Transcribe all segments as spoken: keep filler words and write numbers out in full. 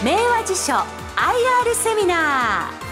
明和辞書 アイアール セミナー。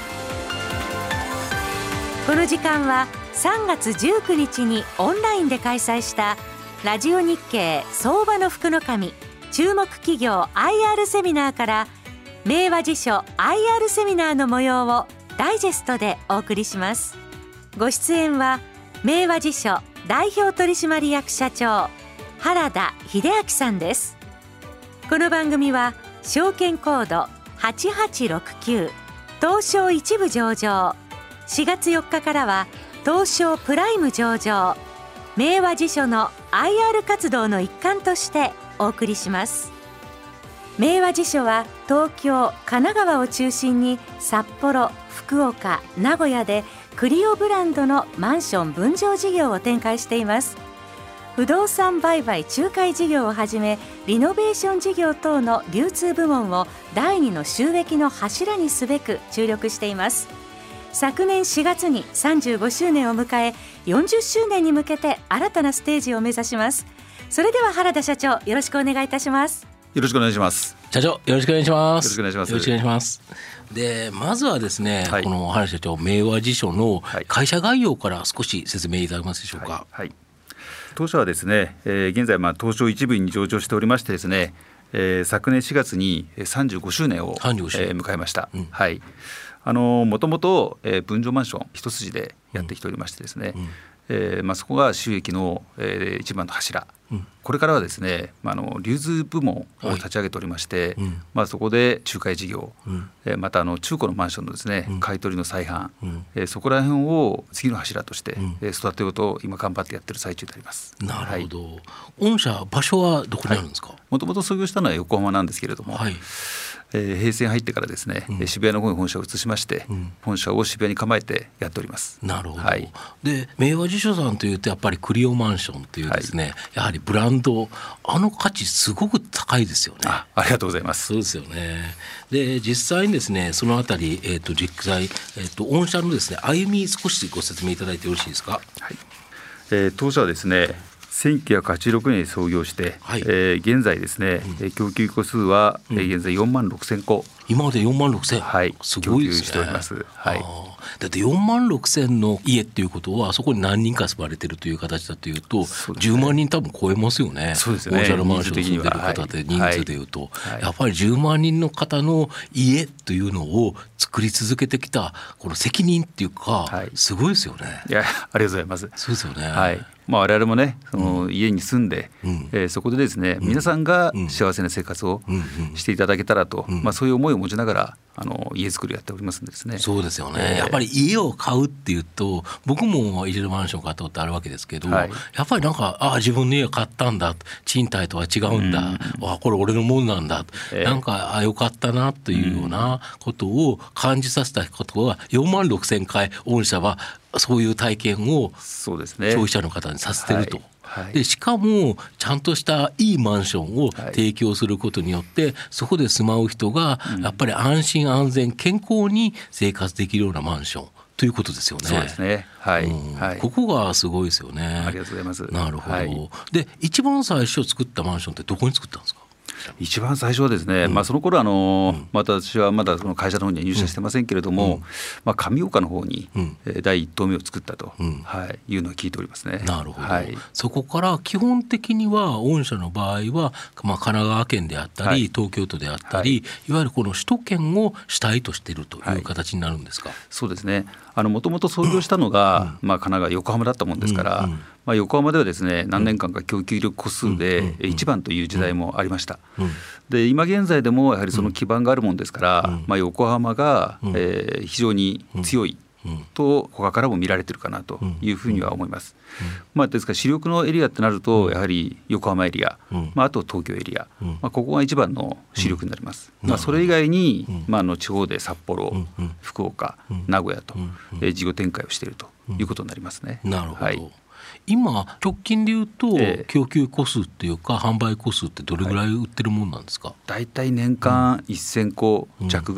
この時間はさんがつじゅうくにちにオンラインで開催したラジオ日経相場の福の神注目企業 アイアール セミナーから明和辞書 アイアール セミナーの模様をダイジェストでお送りします。ご出演は明和辞書代表取締役社長原田秀明さんです。この番組は証券コードはちはちろくきゅう東証一部上場、しがつよっかからは東証プライム上場、明和辞書の アイアール 活動の一環としてお送りします。明和辞書は東京、神奈川を中心に札幌、福岡、名古屋でクリオブランドのマンション分譲事業を展開しています。不動産売買仲介事業をはじめリノベーション事業等の流通部門を第二の収益の柱にすべく注力しています。昨年しがつにさんじゅうごしゅうねんを迎え、よんじゅっしゅうねんに向けて新たなステージを目指します。それでは原田社長、よろしくお願いいたします。 よろしくお願いします。 社長、よろしくお願いします。 よろしくお願いします。 よろしくお願いします。で、まずはですね、 はい、 この原社長、明和辞書の会社概要から少し説明いただけますでしょうか。 はいはい、当社はですね、えー、現在まあ東証一部に上場しておりましてですね、えー、昨年しがつにさんじゅうごしゅうねんを、えー、迎えました。うん、はい。あのもともと、えー、分譲マンション一筋でやってきておりましてですね、うんうん、えーまあ、そこが収益の、えー、一番の柱、うん、これからはですね、まあ、あの流通部門を立ち上げておりまして、はい、うん、まあ、そこで仲介事業、うん、えー、またあの中古のマンションのですね、うん、買い取りの再販、うん、えー、そこら辺を次の柱として、うん、えー、育てようと今頑張ってやってる最中であります。 なるほど。はい、御社場所はどこにあるんですか。 もともと創業したのは横浜なんですけれども、はい、えー、平成に入ってからですね、うん、渋谷の方に本社を移しまして、うん、本社を渋谷に構えてやっております。 なるほど。 はい、 で、明和辞書さんというとやっぱりクリオマンションというですね、はい、やはりブランド、あの価値すごく高いですよね。 あ、ありがとうございます。 そうですよね。で、実際にですね、そのあたり、えー、と実際、えー、と御社のですね歩み少しご説明いただいてよろしいですか。 はい、えー、当社はですねせんきゅうひゃくはちじゅうろくねんに創業して、はい、えー、現在ですね、うん、供給戸数は、うん、現在よんまんろくせんこ、 今までよんまんろくせん、 はい、 すごいですね。 供給しております。はい、 だってよんまんろくせんの家っていうことはそこに何人か住まれてるという形だというと、そうですね、じゅうまんにん多分超えますよね。 そうですね。 大社のマンションに住んでる方で人数でいうと、はいはい、やっぱりじゅうまんにんの方の家というのを作り続けてきたこの責任っていうか、はい、すごいですよね。 いや、ありがとうございます。 そうですよね。 はい、まあ、我々もね、その家に住んで、うん、えー、そこでですね、うん、皆さんが幸せな生活をしていただけたらと、うん、まあ、そういう思いを持ちながらあの家づくりをやっておりますんですね。 そうですよね。えー、やっぱり家を買うっていうと、僕も一度マンション買ったことあるわけですけど、はい、やっぱりなんか、ああ自分の家を買ったんだ、賃貸とは違うんだ、うん、あこれ俺のもんなんだ、えー、なんかあよかったなというようなことを感じさせたことがよんまんろくせんかい御社はそういう体験を消費者の方にさせてると。はいはい、でしかもちゃんとしたいいマンションを提供することによって、はい、そこで住まう人がやっぱり安心安全健康に生活できるようなマンションということですよね。 そうですね。はい、うん、 はい、ここがすごいですよね。 ありがとうございます。 なるほど。 はい、 で、一番最初作ったマンションってどこに作ったんですか。 一番最初はですね、うん、まあ、その頃あの、うん、また私はまだその会社の方には入社してませんけれども、うん、まあ、上岡の方に、うん、だいいっ棟目を作ったと、うん、はい、いうのを聞いておりますね。 なるほど。 はい、 そこから基本的には御社の場合は、まあ、神奈川県であったり、はい、東京都であったり、はい、いわゆるこの首都圏を主体としているという形になるんですか。はい、 そうですね。もともと創業したのが、うん、まあ、神奈川横浜だったもんですから、うんうん、まあ、横浜ではですね何年間か供給力個数で一番という時代もありました。うんうん、で今現在でもやはりその基盤があるもんですから、うん、まあ、横浜が、うん、えー、非常に強いと他からも見られてるかなというふうには思います。うんうん、まあ、ですから主力のエリアってなるとやはり横浜エリア、うん、まあ、あと東京エリア、うん、まあ、ここが一番の主力になります。うん、まあ、それ以外に、うん、まあ、あの地方で札幌、うん、福岡、うん、名古屋と、うん、えー、事業展開をしているということになりますね。 うん、なるほど。はい、今直近でいうと供給個数っていうか販売個数ってどれぐらい売ってるもんなんですか。 だいたい年間せんこ弱ぐらい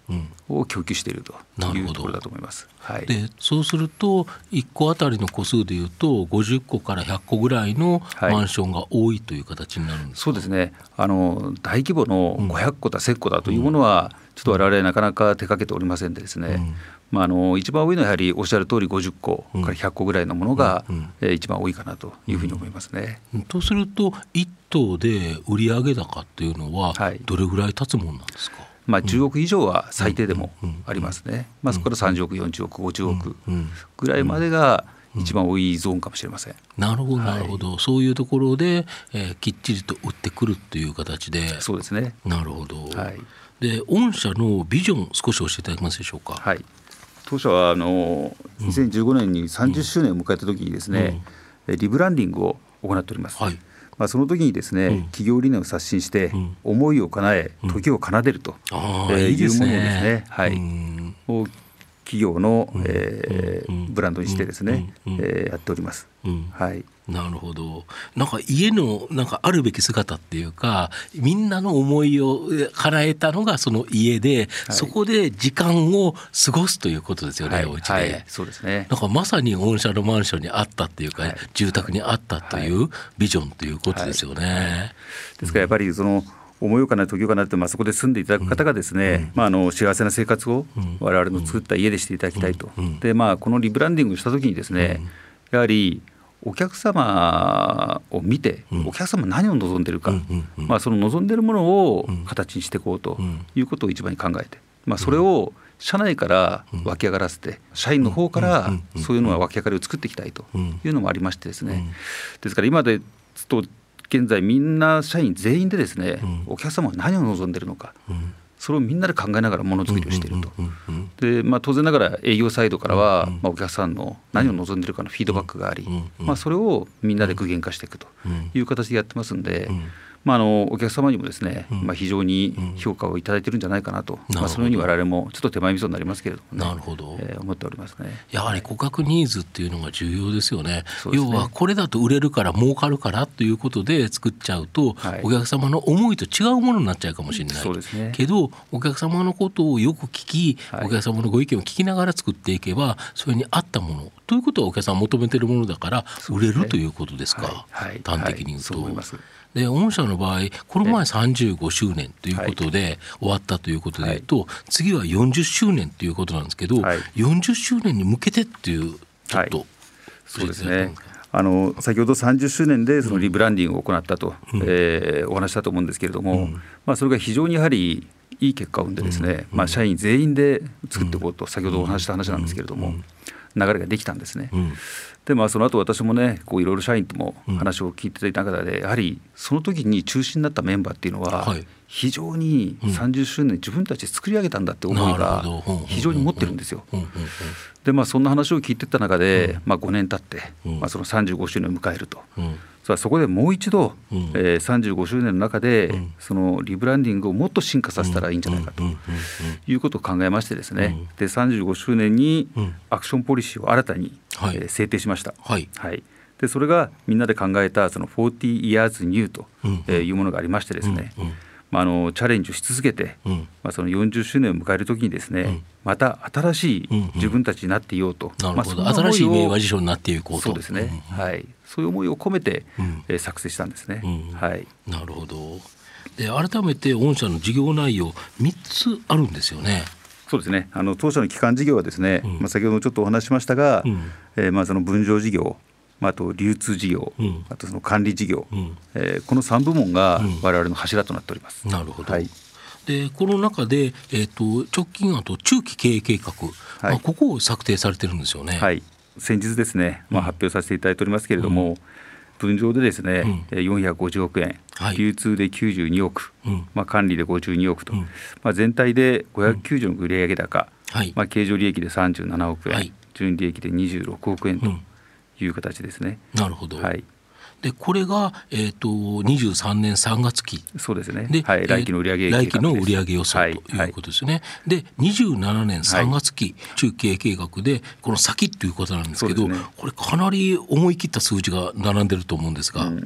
を供給しているというところだと思います。はい、 でそうするといっこあたりの戸数でいうとごじゅっこからひゃっこぐらいのマンションが多いという形になるんですか。 そうですね、あの大規模のごひゃっこだせんこだというものはちょっと我々なかなか手掛けておりませんでですね、うんまあ、あの一番多いのはやはりおっしゃる通りごじゅっこからひゃっこぐらいのものが、うんえー、一番多いかなというふうに思いますね。 うん、とするといっ棟で売上高っていうのはどれぐらい経つものなんですか。 まあ、じゅうおく以上は最低でもありますね。まあ、そこからさんじゅうおくよんじゅうおくごじゅうおくぐらいまでが一番多いゾーンかもしれません。 なるほどなるほど、はい、そういうところで、えー、きっちりと売ってくるという形で。 そうですね。 なるほど、はい、で御社のビジョン少し教えていただけますでしょうか。 はい、当社はあのにせんじゅうごねんにさんじゅっしゅうねんを迎えた時にですね、うん、リブランディングを行っております。はい、まあ、その時にですね、うん、企業理念を刷新して、うん、思いを叶え時を奏でると、うんえー、いいですね、いうものをですね、はい、うんを企業の、うんえーうん、ブランドにしてですね、うんえー、やっております。うんはい、 なるほど。なんか家のなんかあるべき姿っていうか、みんなの思いを叶えたのがその家で、はい、そこで時間を過ごすということですよね、はい、お家で、はい、 そうですね。 なんかまさに御社のマンションにあったっていうか、はい、住宅にあったというビジョンということですよね。はいはいはい、 ですからやっぱりその思いようかな時をかなって、まあ、そこで住んでいただく方がですね、うんまあ、あの幸せな生活を我々の作った家でしていただきたいと、うんでまあ、このリブランディングをした時にですね、うん、やはりお客様を見て、うん、お客様何を望んでいるか、うんうんうんまあ、その望んでいるものを形にしていこうということを一番に考えて、まあ、それを社内から湧き上がらせて、社員の方からそういうのは湧き上がりを作っていきたいというのもありましてですね、ですから今ですと現在みんな社員全員でですね、うん、お客様は何を望んでいるのか、うん、それをみんなで考えながらものづくりをしていると。で、まあ、当然ながら営業サイドからは、うんまあ、お客さんの何を望んでいるかのフィードバックがあり、うんまあ、それをみんなで具現化していくという形でやってますんで、うんまあ、あのお客様にもですね、まあ、非常に評価をいただいているんじゃないかなと、うんまあ、そのように我々もちょっと手前味噌になりますけれども、ね、 なるほど、 えー、思っておりますね。 やはり顧客ニーズっていうのが重要ですよね。要はこれだと売れるから儲かるからということで作っちゃうと、はい、お客様の思いと違うものになっちゃうかもしれない、 そうですね、 けどお客様のことをよく聞き、はい、お客様のご意見を聞きながら作っていけばそれに合ったものということはお客さん求めているものだから売れるということですか、はいはい、端的に言うと、はい、そう思います。で御社の場合この前さんじゅうごしゅうねんということで終わったということでいうと、はい、次はよんじゅっしゅうねんということなんですけど、はい、よんじゅっしゅうねんに向けてっていうちょっと、はい、 そうですね、あの先ほどさんじゅっしゅうねんでそのリブランディングを行ったと、うんえー、お話したと思うんですけれども、うんまあ、それが非常にやはりいい結果を生んでですね、うんまあ、社員全員で作っていこうと、先ほどお話した話なんですけれども、うん流れができたんですね。うん、でまあその後私もねこういろいろ社員とも話を聞いていた中で、やはりその時に中心になったメンバーっていうのは、はい、非常にさんじゅっしゅうねん自分たちで作り上げたんだって思いが非常に持ってるんですよ。でまあそんな話を聞いていった中で、まあ、ごねん経って、まあ、そのさんじゅうごしゅうねんを迎えると、うんそこでもう一度、うんえー、さんじゅうごしゅうねんの中で、うん、そのリブランディングをもっと進化させたらいいんじゃないかということを考えましてですね、うん、でさんじゅうごしゅうねんにアクションポリシーを新たに、うんえー、制定しました、はいはい、でそれがみんなで考えたその フォーティーイヤーズニュー というものがありましてですね、うんうんまあ、あのチャレンジをし続けて、うんまあ、そのよんじゅっしゅうねんを迎えるときにですね、うん、また新しい自分たちになっていようと、 うんうんまあ、その新しい明和辞書になっていこうと、 そうですね、うんはい、そういう思いを込めて、うんえー、作成したんですね、うんはい、 なるほど。で改めて御社の事業内容みっつあるんですよね。 そうですね、あの当社の基幹事業はですね、うんまあ、先ほどちょっとお話ししましたが、うんえーまあ、その分譲事業、あと流通事業、うん、あとその管理事業、うんえー、このさんぶもんが我々の柱となっております、 うん、なるほど、はい、でこの中で、えー、と直近あと中期経営計画、はいまあ、ここを策定されてるんですよね。 はい、先日ですね、まあ、発表させていただいておりますけれども、うん、分譲でですね、うん、よんひゃくごじゅうおくえん、はい、流通できゅうじゅうにおく、うんまあ、管理でごじゅうにおくと、うんまあ、全体でごひゃくきゅうじゅうおく売上高、うんはいまあ、経常利益でさんじゅうななおくえん、はい、純利益でにじゅうろくおくえんと、うんいう形ですね。 なるほど、 はい、 でこれが、えー、とにじゅうさんねんさんがつ期そうですね、 で、 はい、来期の売上計画です。 来期の売上予想ということですね、はいはい、でにじゅうななねんさんがつ期、はい、中期経営計画でこの先ということなんですけど、ね、これかなり思い切った数字が並んでると思うんですが、うん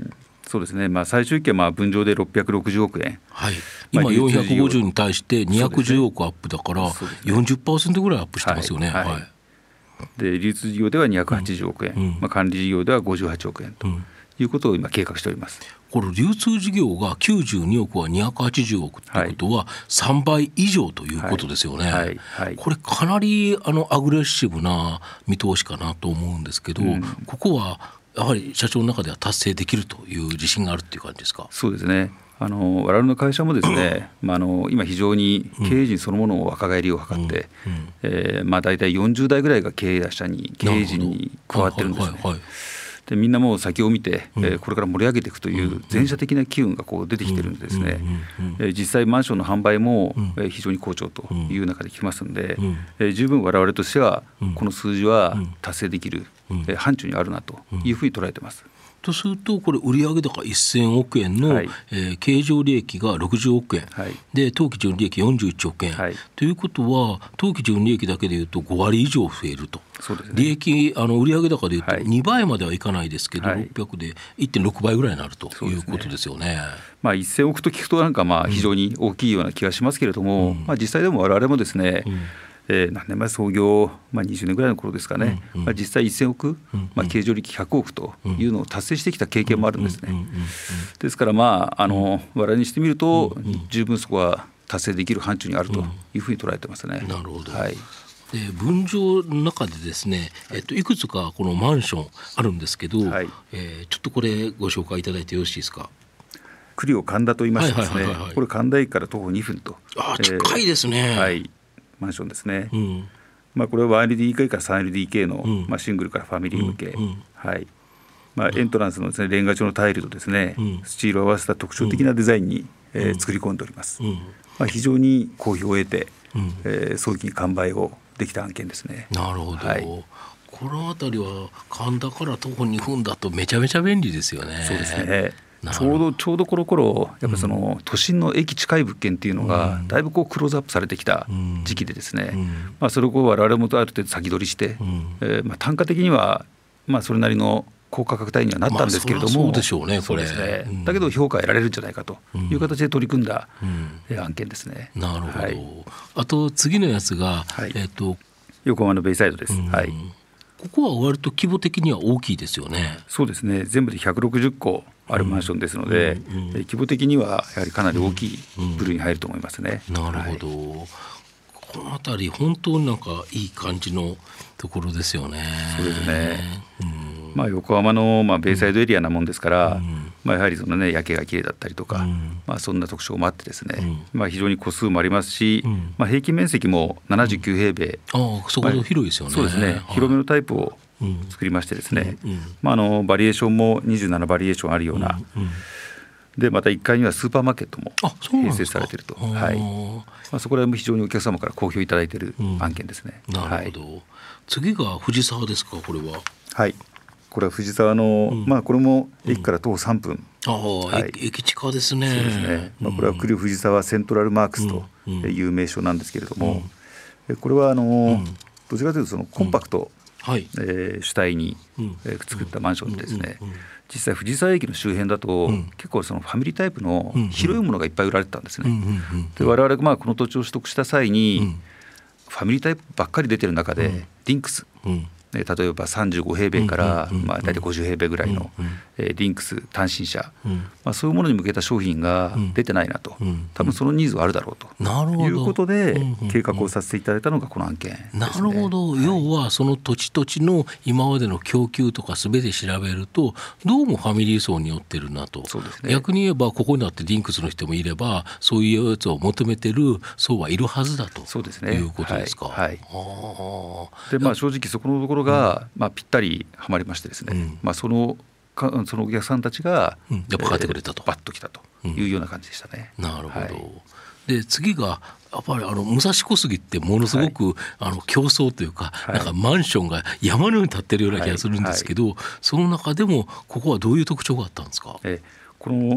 そうですね、まあ、最終形はまあ分譲でろっぴゃくろくじゅうおくえん、 はい、今よんひゃくごじゅうに対してにひゃくじゅうおくアップだから よんじゅっパーセント ぐらいアップしてますよね。 はいはい、で流通事業ではにひゃくはちじゅうおくえん、うんまあ、管理事業ではごじゅうはちおくえんということを今計画しております。 これ流通事業がきゅうじゅうにおくはにひゃくはちじゅうおくということはさんばい以上ということですよね。はいはいはい、これかなりあのアグレッシブな見通しかなと思うんですけど、うん、ここはやはり社長の中では達成できるという自信があるっていう感じですか。 そうですね、あの我々の会社もですね、まあ、あの今非常に経営陣そのものを若返りを図って、うんうんえーまあ、大体よんじゅうだいぐらいが経営者に経営陣に加わってるんですね。でみんなもう先を見て、うんえー、これから盛り上げていくという前者的な機運がこう出てきてるんでですね、えー、実際マンションの販売も、うんえー、非常に好調という中で来ますので、うんえー、十分我々としてはこの数字は達成できる、うんえー、範疇にあるなというふうに捉えてます。 とするとこれ売上高せんおくえんの、はいえー、経常利益がろくじゅうおくえん、はい、で当期純利益よんじゅういちおくえん、はい、ということは当期純利益だけでいうとごわり以上増えると。そうですね、利益あの売上高でいうとにばいまではいかないですけど、はい、ろっぴゃくで いってんろくばいぐらいになるということですよね。 まあ、せんおくと聞くとなんかまあ非常に大きいような気がしますけれども、うんまあ、実際でも我々もですね、うんえー、何年前創業、まあ、にじゅうねんぐらいの頃ですかね、うんうんまあ、実際せんおく、うんまあ、経常利益ひゃくおくというのを達成してきた経験もあるんですね。ですからまああの我々にしてみると十分そこは達成できる範疇にあるというふうに捉えてますね。 なるほど、はいで分譲の中でですね、えっと、いくつかこのマンションあるんですけど、はいえー、ちょっとこれご紹介いただいてよろしいですか。 栗尾神田と言いましてですね、これ神田駅から徒歩にふんとあ近いですね、 えー、はいマンションですね、うんまあ、これは ワンエルディーケー から スリーエルディーケー の、うんまあ、シングルからファミリー向け、うんうんはいまあ、エントランスのですね、レンガ調のタイルとですね、うん、スチールを合わせた特徴的なデザインに、うんえー、作り込んでおります、うんまあ、非常に好評を得て、うんえー、早期に完売をできた案件ですね。 なるほど、はい、この辺りは神田から徒歩にふんだとめちゃめちゃ便利ですよね。 そうですね、ちょうどちょうどこの頃やっぱその都心の駅近い物件っていうのがだいぶこうクローズアップされてきた時期でですね、まあそれをこう我々もある程度先取りして、えーまあ単価的にはまあそれなりの高価格帯にはなったんですけれども、 そうでしょうねこれ。 そうですね、だけど評価を得られるんじゃないかという形で取り組んだ案件ですね。 なるほど、はい、あと次のやつが、はいえー、と横浜のベイサイドです、はい、 ここは割と規模的には大きいですよね。 そうですね、全部でひゃくろくじゅっこあるマンションですので、うんうんうん、規模的にはやはりかなり大きい部類に入ると思いますね、 うんうん、なるほど、はい、この辺り本当になんかいい感じのところですよね。 そうですね、うんまあ、横浜のまあベイサイドエリアなもんですから、うんまあ、やはりその、ね、夜景が綺麗だったりとか、うんまあ、そんな特徴もあってですね、うんまあ、非常に戸数もありますし、うんまあ、平均面積もななじゅうきゅうへいべい、 うん、ああそこで広いですよね、 まあ、そうですね、はい、広めのタイプを作りましてですね、うんうんまあ、あのバリエーションもにじゅうななバリエーションあるような、うんうんでまたいっかいにはスーパーマーケットも併設されていると、はいまあ、そこら辺も非常にお客様から好評いただいている案件ですね、 うん、なるほど、はい、次が藤沢ですか。これははいこれは藤沢の、うんまあ、これも駅から徒歩さんぷん、うんあはい、駅近ですね。 そうですね、まあ、これは栗藤沢セントラルマークスという名称なんですけれども、うん、これはあの、うん、どちらかというとそのコンパクト、うんはいえー、主体に、えー、作ったマンションでですね、うんうんうん実際藤沢駅の周辺だと、うん、結構そのファミリータイプの広いものがいっぱい売られてたんですね、うんうんうんうん、で我々がまあこの土地を取得した際に、うん、ファミリータイプばっかり出てる中で、うん、ディンクス、うん例えばさんじゅうごへいべいからまあ大体ごじゅうへいべいぐらいのディンクス単身者、まあそういうものに向けた商品が出てないなと、多分そのニーズはあるだろうということで計画をさせていただいたのがこの案件ですね。 なるほど、要はその土地土地の今までの供給とかすべて調べるとどうもファミリー層によってるなと。そうですね、逆に言えばここになってディンクスの人もいればそういうやつを求めてる層はいるはずだとそうです、ね、いうことですか。はいはい、 あでまあ正直そこのところが、うんまあ、ぴったりはまりましてですね、うんまあ、そのかそのお客さんたちが、 うん、やっぱ買ってくれたと、 えー、バッときたというような感じでしたね、 うん、なるほど、はい、で次がやっぱりあの武蔵小杉ってものすごく、はい、あの競争というか、はい、なんかマンションが山のように建ってるような気がするんですけど、はいはい、その中でもここはどういう特徴があったんですか。 えー、この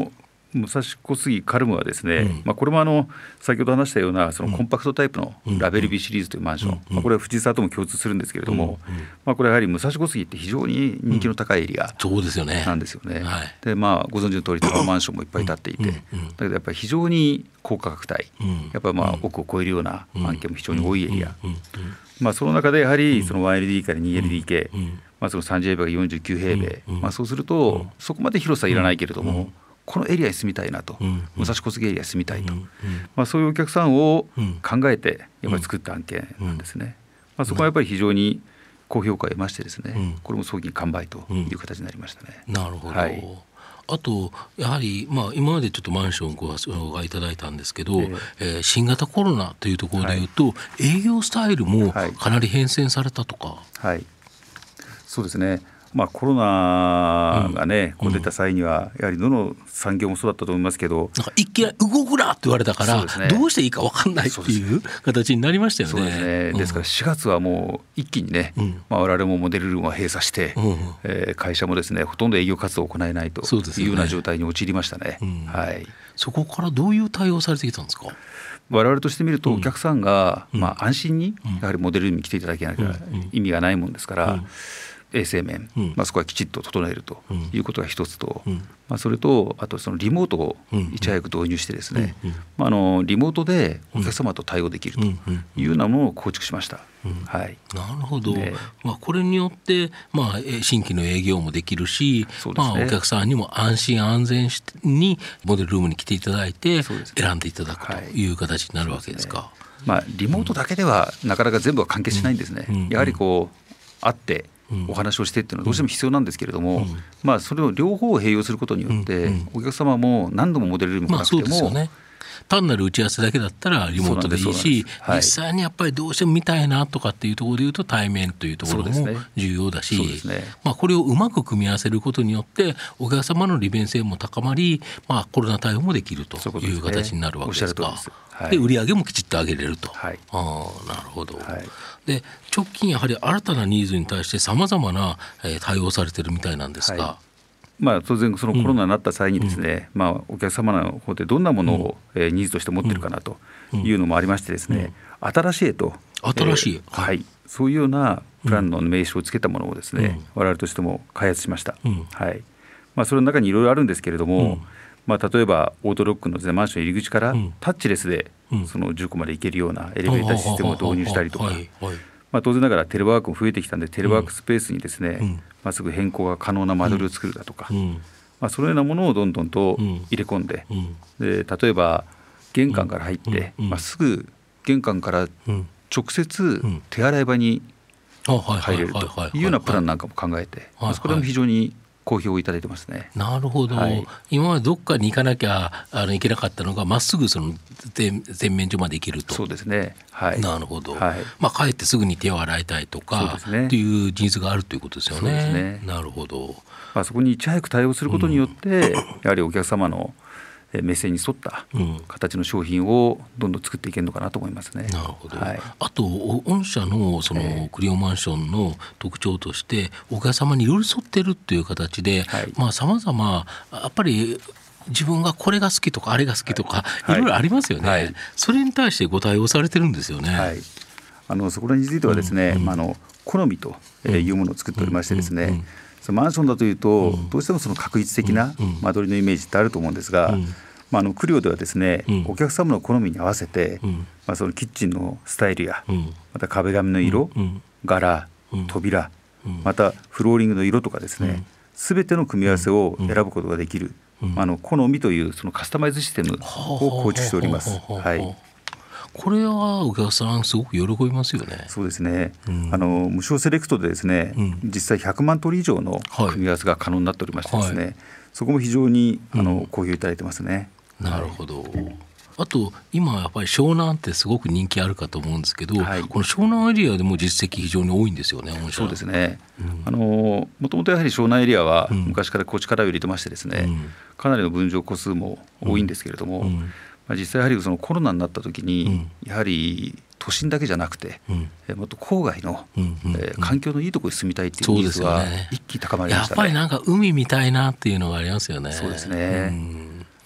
武蔵小杉カルムはですね、 うんまあ、これもあの先ほど話したようなそのコンパクトタイプのラベル B シリーズというマンション、 うんまあ、これは藤沢とも共通するんですけれども、 うんうんまあ、これはやはり武蔵小杉って非常に人気の高いエリアそうですよね。 なんですよね。 はいでまあ、ご存知の通りタワーマンションもいっぱい建っていて、 うんうんだけどやっぱり非常に高価格帯、 うんやっぱりまあ億を超えるような案件も非常に多いエリア、 うんうんまあ、その中でやはりその ワンエルディー から にエルディーケー、 うんまあ、そのさんじゅう平米がよんじゅうきゅう平米、 うんまあ、そうするとそこまで広さいらないけれども、 うんこのエリアに住みたいなと、 うん武蔵小杉エリアに住みたいと、 うんまあ、そういうお客さんをうん考えてやっぱり作った案件なんですね。まあ、そこはやっぱり非常に高評価を得ましてですね、 うんこれも早期に完売という形になりましたね。 なるほど、 はいあとやはり、まあ、今までちょっとマンションをご紹介いただいたんですけど、 ええー新型コロナというところでいうと、営業スタイルもはいかなり変遷されたとか、 はい、そうですね、まあ、コロナがね、こう出た際にはやはりどの産業もそうだったと思いますけど、 なんか一気に動くなって言われたから、 そうですねどうしていいか分かんないっていう形になりましたよね。 そうですね、 うんですからしがつはもう一気にね、 うんまあ、我々もモデルルームを閉鎖して、 うんえー会社もですねほとんど営業活動を行えないとそうですよねいうような状態に陥りましたね。 うんはい、 そこからどういう対応されてきたんですか？ 我々としてみるとうんお客さんが、 うんまあ、安心にうんやはりモデルルームに来ていただけなきゃうん意味がないもんですから、 うん衛生面、 うんまあ、そこはきちっと整えるということが一つと、 うんまあ、それとあとそのリモートをうんいち早く導入してですね、 うんうんまあ、あのリモートでお客様と対応できるとうんうんいうようなものを構築しました。 うんはいなるほど、 ねまあ、これによって、まあ、えー新規の営業もできるし、 そうですねまあ、お客さんにも安心安全にモデルルームに来ていただいてそうですね選んでいただくという形になるわけですか。 まあ、リモートだけではなかなか全部は完結しないんですね。 うんやはりこう会ってうんお話をしてっていうのはどうしても必要なんですけれども、 うんまあ、それを両方を併用することによって、 うんうんお客様も何度もモデルルーム来まあそうなくても、 ですよね。単なる打ち合わせだけだったらリモートでいいそうなんし、 ですそうなんですはい実際にやっぱりどうしても見たいなとかっていうところでいうと対面というところもそうですね重要だし、 そうですねまあ、これをうまく組み合わせることによってお客様の利便性も高まり、まあ、コロナ対応もできるというそういうことですね形になるわけですか。 おっしゃる通りですはいで売り上げもきちっと上げれると、 はいああなるほど、 はいで直近やはり新たなニーズに対してさまざまな、えー対応されてるみたいなんですが、 はまあ、当然そのコロナになった際にですね、まあ、お客様の方でどんなものを、えーニーズとして持ってるかなというのもありましてですね、新しいと新しいえーはい、そういうようなプランの名称をつけたものをですね、我々としても開発しました。 うんはいまあ、それの中にいろいろあるんですけれども、 うんまあ、例えばオートロックのですねマンション入り口からうんタッチレスでうんその住戸まで行けるようなエレベーターシステムを導入したりとか、 はいはいまあ、当然ながらテレワークも増えてきたのでテレワークスペースにですね、 うんまあ、すぐ変更が可能な間取りを作るだとか、 うんまあ、そのようなものをどんどんとうん入れ込んで、 うんで例えば玄関から入って、 うんうんまあ、すぐ玄関からうん直接ん手洗い場にあはいはい入れるというようなプランなんかも考えて、まあそれも非常に好評をいただいてますね。 なるほど、 はい今までどっかに行かなきゃあの行けなかったのがまっすぐその洗洗面所まで行けると。 そうですね、はい、 なるほど、 はいまあ、帰ってすぐに手を洗いたいとそうかですねっていうニーズがあるということですよそうですね。 ねなるほど、 まあ、そこにいち早く対応することによって、やはりお客様のえ目線に沿ったうん形の商品をどんどん作っていけるのかなと思いますね。 なるほど、 はいあと御社のそのクリオマンションの特徴としてお客様に寄り添ってるっていう形ではいさまざまやっぱり自分がこれが好きとかあれが好きとか、 はいいろいろありますよね、 はいそれに対してご対応されてるんですよね。 はい、あのそこらについてはですね、まあ、あの好みというものを作っておりましてですね、 うんうんうんそのマンションだというと、どうしてもその確一的な間取りのイメージってあると思うんですが、 うんまあ、あのクリオではですね、 うんお客様の好みに合わせて、 うんまあ、そのキッチンのスタイルや、 うんまた壁紙の色、 うん柄、 うん扉、 うんまたフローリングの色とかですね、すべての組み合わせを選ぶことができる、 うんあの好みというそのカスタマイズシステムを構築しております。はいこれはお客さんすごく喜びますよね。 そうですね、 うんあの無償セレクトでですね、 うん実際ひゃくまん通り以上のはい組み合わせが可能になっておりましてですね、 はいそこも非常にあの、 うん好評いただいてますね。 なるほど。あと今やっぱり湘南ってすごく人気あるかと思うんですけど、 はいこの湘南エリアでも実績非常に多いんですよね。 そうですね、 うんあのもともとやはり湘南エリアはうん昔からこう力を入れてましてですね、 うんかなりの分譲戸数も多いんですけれども、 うんまあ、実際やはりそのコロナになった時に、やはり都心だけじゃなくて、 うんえもっと郊外の、 うんうんえー環境のいいところに住みたいっていうニーズはそうですよね一気に高まりまやしね。 ったぱりなんか海見たいなっていうのがありますよね。 そうですねうん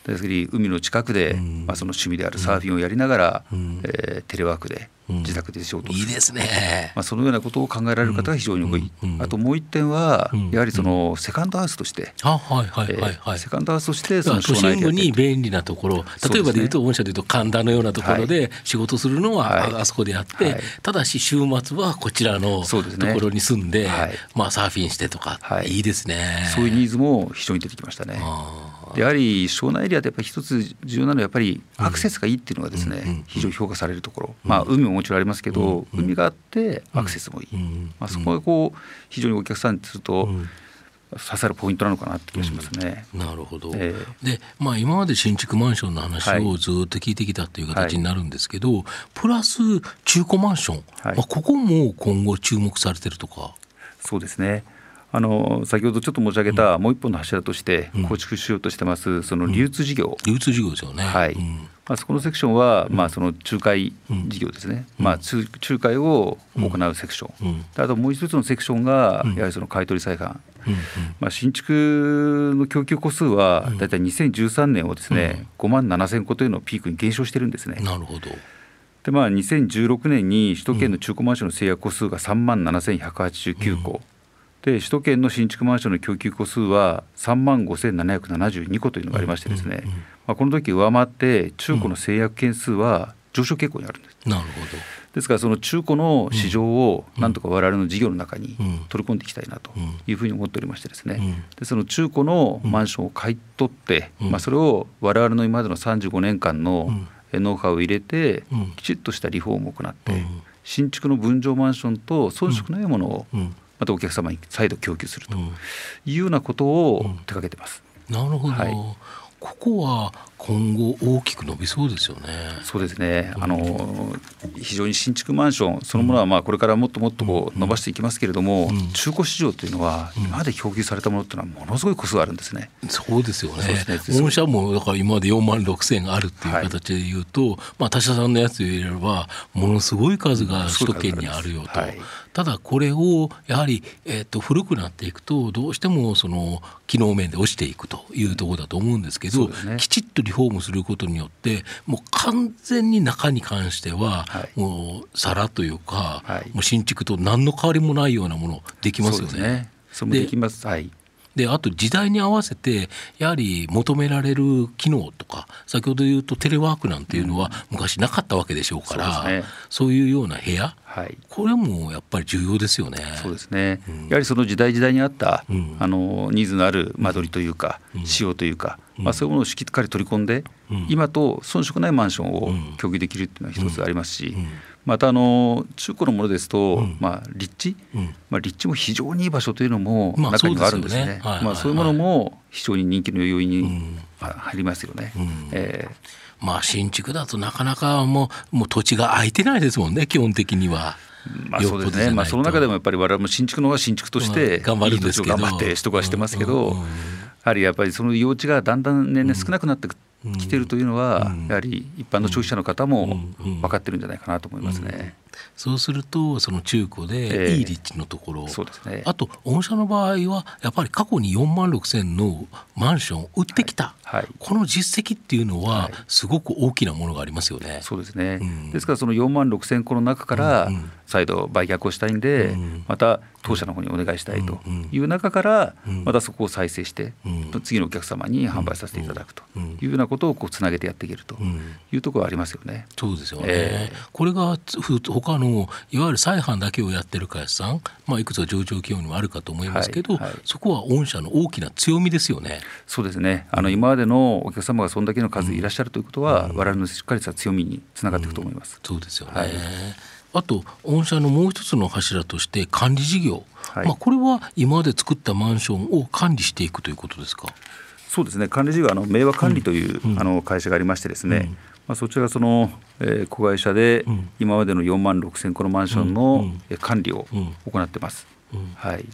で海の近くで、まあ、その趣味であるサーフィンをやりながら、うんえー、テレワークで自宅で仕事をする、 いいですね、 まあ、そのようなことを考えられる方が非常に多い、うんうん、あともう一点は、うん、やはりそのセカンドハウスとして、 あ、はいはいはいはい、 セカンドハウスとしてその都心部に便利なところ、例えばでいうと御社でいうと神田のようなところで仕事するのはあそこであって、はいはい、ただし週末はこちらのところに住んで、はいまあ、サーフィンしてとか、はい、いいですね。 そういうニーズも非常に出てきましたね。でやはり湘南エリアでやっぱり一つ重要なのはやっぱりアクセスがいいっていうのがですね、うん、非常に評価されるところ、うんまあ、海ももちろんありますけど、うん、海があってアクセスもいい、うんまあ、そこがこう非常にお客さんにすると刺さるポイントなのかなって気がしますね、 うん、なるほど、えーでまあ、今まで新築マンションの話をずっと聞いてきたという形になるんですけど、はい、プラス中古マンション、はいまあ、ここも今後注目されてるとか。 そうですね、あの先ほどちょっと申し上げたもう一本の柱として構築しようとしてますその流通事業、 うん、流通事業ですよね、 はいうんまあ、そこのセクションは、まあ、その仲介事業ですね、うんまあ、仲介を行うセクション、うん、あともう一つのセクションがやはりその買い取り再販、うんまあ、新築の供給戸数はだいたいにせんじゅうさんねんをですね、うん、ごまんななせんこ、というのをピークに減少してるんですね。 なるほど。 でまあ、にせんじゅうろくねんに首都圏の中古マンションの成約戸数がさんまんななせんひゃくはちじゅうきゅうこ、うん、で首都圏の新築マンションの供給戸数はさんまんごせんななひゃくななじゅうにこというのがありましてですね、うんうんうんまあ、この時上回って中古の成約件数は上昇傾向にあるんです、 うん、なるほど。 ですからその中古の市場をなんとか我々の事業の中に取り込んでいきたいなというふうに思っておりましてですね、うん、でその中古のマンションを買い取って、うんまあ、それを我々の今までのさんじゅうごねんかんのノウハウを入れてきちっとしたリフォームを行って、うん、新築の分譲マンションと遜色ないものをまたお客様に再度供給するというようなことを手掛けてます、 うん、なるほど、はい、ここは今後大きく伸びそうですよね。 そうですね、あの非常に新築マンションそのものはまあこれからもっともっとこう伸ばしていきますけれども、うんうん、中古市場というのは今まで供給されたものというのはものすごい個数があるんですね。 そうですよね。御社もだから今までよんまんろくせんあるっていう形でいうと、はいまあ、他社さんのやつを入れればものすごい数が首都圏にあるよと、はい、ただこれをやはり、えー、と古くなっていくとどうしてもその機能面で落ちていくというところだと思うんですけど、ね、きちっとリフォームすることによってもう完全に中に関しては、はい、もう皿というか、はい、もう新築と何の変わりもないようなものできますよね。そうですね、 それもできます。はい。 であと時代に合わせてやはり求められる機能とか先ほど言うとテレワークなんていうのは昔なかったわけでしょうから、うん そうですね、そういうような部屋、はい、これもやっぱり重要ですよね。 そうですね、うん、やはりその時代時代に合った、うん、あのニーズのある間取りというか、うん、仕様というか、うんまあ、そういうものをしっかり取り込んで、うん、今と遜色ないマンションを供給できるっていうのは一つありますし、うんうんまたあの中古のものですと、うんまあ、立地、うんまあ、立地も非常にいい場所というのも中にはあるんですね。そういうものも非常に人気の要因に入りますよね。うんうんえーまあ、新築だとなかなかもう、もう土地が空いてないですもんね基本的には。 まあそうですね、まあ、その中でもやっぱり我々も新築の方が新築として頑張るんですけど、いい土地を頑張って取得はしてますけど、うんうんうん、やはりやっぱりその用地がだんだん年々少なくなって来ているというのは、やはり一般の消費者の方も分かってるんじゃないかなと思いますね。うんうんうん、 そうするとその中古でいい立地のところ、えーそうですね、あと御社の場合はやっぱり過去によんまんろくせんのマンションを売ってきた、はいはい、この実績っていうのはすごく大きなものがありますよね。はい、 そうですね、うん、ですからそのよんまんろくせんこの中から再度売却をしたいんで、うん、また当社の方にお願いしたいという中からまたそこを再生して次のお客様に販売させていただくというようなことをこうつなげてやっていけるというところはありますよね。 そうですよね、えー、これが他のいわゆる再販だけをやってる会社さん、まあ、いくつか上場企業にもあるかと思いますけど、はいはい、そこは御社の大きな強みですよね。 そうですね、あの今までのお客様がそれだけの数いらっしゃるということは、うん、我々のしっかりした強みにつながっていくと思います。 うん、そうですよね、はい、あと御社のもう一つの柱として管理事業、はいまあ、これは今まで作ったマンションを管理していくということですか。 そうですね、管理事業はあの明和管理という、うん、あの会社がありましてですね、うんまあ、そちらがその、えー、子会社で今までのよんまんろくせんこのマンションの、うん、管理を行ってます。うんうんはい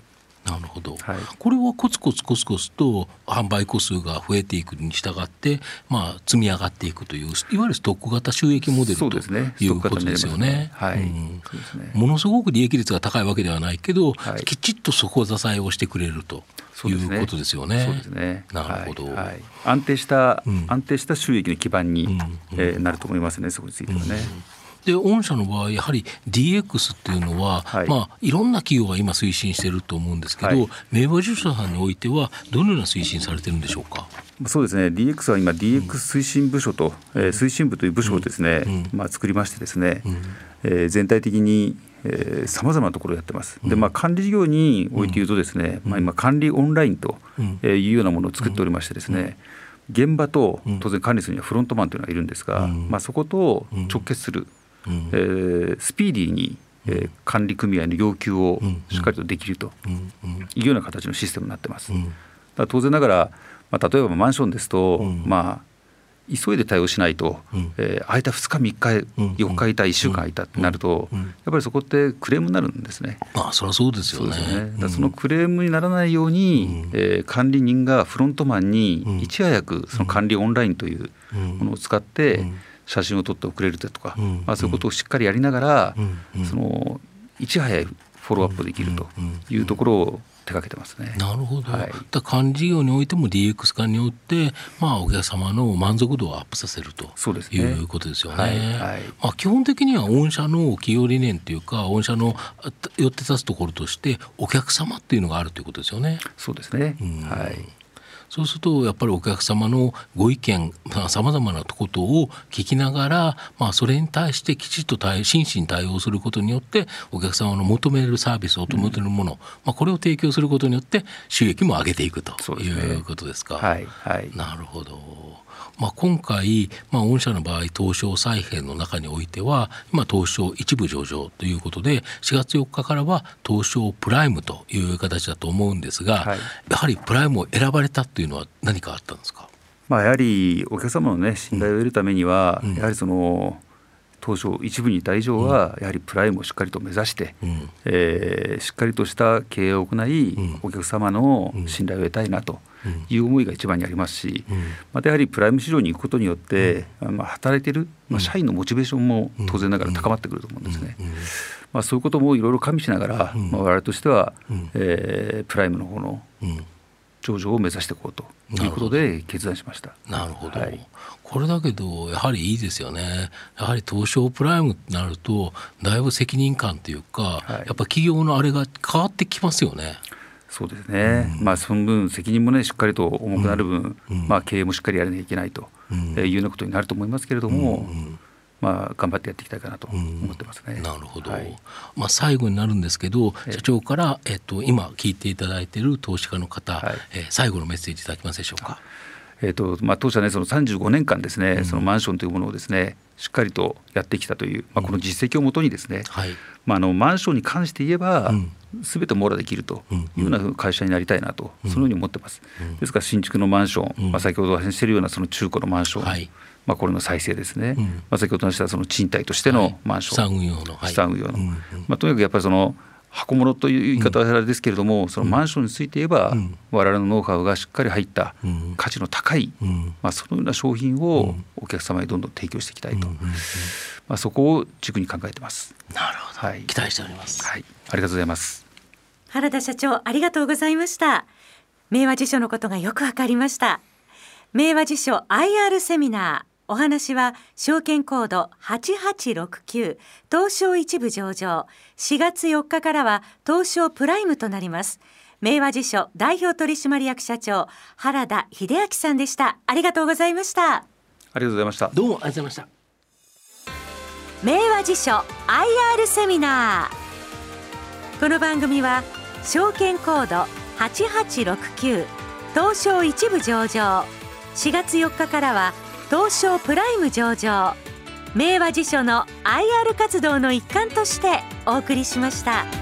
なるほど、 はい、 これはコツコツコツコツと販売個数が増えていくに従って、まあ、積み上がっていくといういわゆるストック型収益モデルということですよね。ものすごく利益率が高いわけではないけど、はい、きちっと底支えをしてくれるということですよね。 そうですね。 なるほど、 はいはい、安定した、うん、安定した収益の基盤に、うんえー、なると思いますね。そこについてはね。うんで御社の場合やはり ディーエックス っていうのは、はいまあ、いろんな企業が今推進していると思うんですけど、はい、明和自社さんにおいてはどのような推進されてるんでしょうか。 そうですね ディーエックス は今 ディーエックス 推進部署と、うんえー、推進部という部署をですね、うんまあ、作りましてですね、うんえー、全体的にさまざまなところをやってます。で、まあ、管理事業において言うとですね、うんまあ、今管理オンラインというようなものを作っておりましてですね、うん現場と当然管理するにはフロントマンというのがいるんですが、うんまあ、そこと直結するうんえー、スピーディーに、えー、管理組合の要求をしっかりとできるというような形のシステムになってます。だから当然ながら、まあ、例えばマンションですと、うんまあ、急いで対応しないと、うんえー、空いたふつかみっかよっか空いたいっしゅうかん空いたってなると、やっぱりそこってクレームになるんですね。 まあそりゃそうですよね。 そうですね。だからそのクレームにならないように、うんえー、管理人がフロントマンにいち早くその管理オンラインというものを使って、うんうん写真を撮って送れるとか、うんまあ、そういうことをしっかりやりながら、うん、そのいち早いフォローアップできるというところを手掛けてますね。 なるほど、はい、だ管理事業においても ディーエックス 化によって、まあ、お客様の満足度をアップさせるということですよね。はいはいまあ、基本的には御社の企業理念というか御社のよって立つところとしてお客様っていうのがあるということですよね。 そうですね、うんはいそうするとやっぱりお客様のご意見さまざまなことを聞きながら、まあ、それに対してきちっと対真摯に対応することによってお客様の求めるサービスを求めるもの、うんまあ、これを提供することによって収益も上げていくということですか。 はいはい、 なるほど。まあ、今回、まあ、御社の場合東証再編の中においては今東証一部上場ということでしがつよっかからは東証プライムという形だと思うんですが、はい、やはりプライムを選ばれたというのは何かあったんですか。 まあ、やはりお客様の、ね、信頼を得るためには、うん、やはりその東証一部にいた以上はやはりプライムをしっかりと目指して、うんえー、しっかりとした経営を行い、うん、お客様の信頼を得たいなという思いが一番にありますし、うん、またやはりプライム市場に行くことによって、うんまあ、働いている、まあ、社員のモチベーションも当然ながら高まってくると思うんですね。うんうんまあ、そういうこともいろいろ加味しながら、うんまあ、我々としては、うんえー、プライムの方の上場を目指していこうということで決断しました。 なるほど、はい、これだけどやはりいいですよね。やはり東証プライムとなるとだいぶ責任感というか、はい、やっぱ企業のあれが変わってきますよね。 そうですね、うんまあ、その分責任も、ね、しっかりと重くなる分、うんまあ、経営もしっかりやらなきゃいけないというようなことになると思いますけれども、うんうんまあ、頑張ってやっていきたいかなと思ってますね。うん、 なるほど、はいまあ、最後になるんですけど社長から、えっと、今聞いていただいている投資家の方、はいえー、最後のメッセージいただけますでしょうか。 えーとまあ、当社ねそのさんじゅうごねんかんですね、うん、そのマンションというものをですねしっかりとやってきたという、まあ、この実績をもとにですね、うんはいまあ、あのマンションに関して言えば、うん、全て網羅できるというような会社になりたいなと、うん、そのように思ってます。うん、ですから新築のマンション、うんまあ、先ほどお話ししているようなその中古のマンション、はいまあ、これの再生ですね、うんまあ、先ほど話したその賃貸としてのマンション、はい、資産運用の、はい、資産運用の、うんうんまあ、とにかくやっぱりその箱物という言い方はあれですけれども、うん、そのマンションについて言えば、うん、我々のノウハウがしっかり入った価値の高い、うんまあ、そのような商品をお客様にどんどん提供していきたいと、うんまあ、そこを軸に考えてます。 なるほど、はい、期待しております、 はい、ありがとうございます。 原田社長ありがとうございました。明和地所のことがよくわかりました。明和地所 アイアール セミナー、お話は証券コードはちはちろくきゅう東証一部上場、しがつよっかからは東証プライムとなります。明和地所代表取締役社長原田秀明さんでした。ありがとうございました。 ありがとうございました。 どうもありがとうございました。 明和地所 アイアール セミナー、この番組は証券コードはちはちろくきゅう東証一部上場、しがつよっかからは東証プライム上場、明和地所の アイアール 活動の一環としてお送りしました。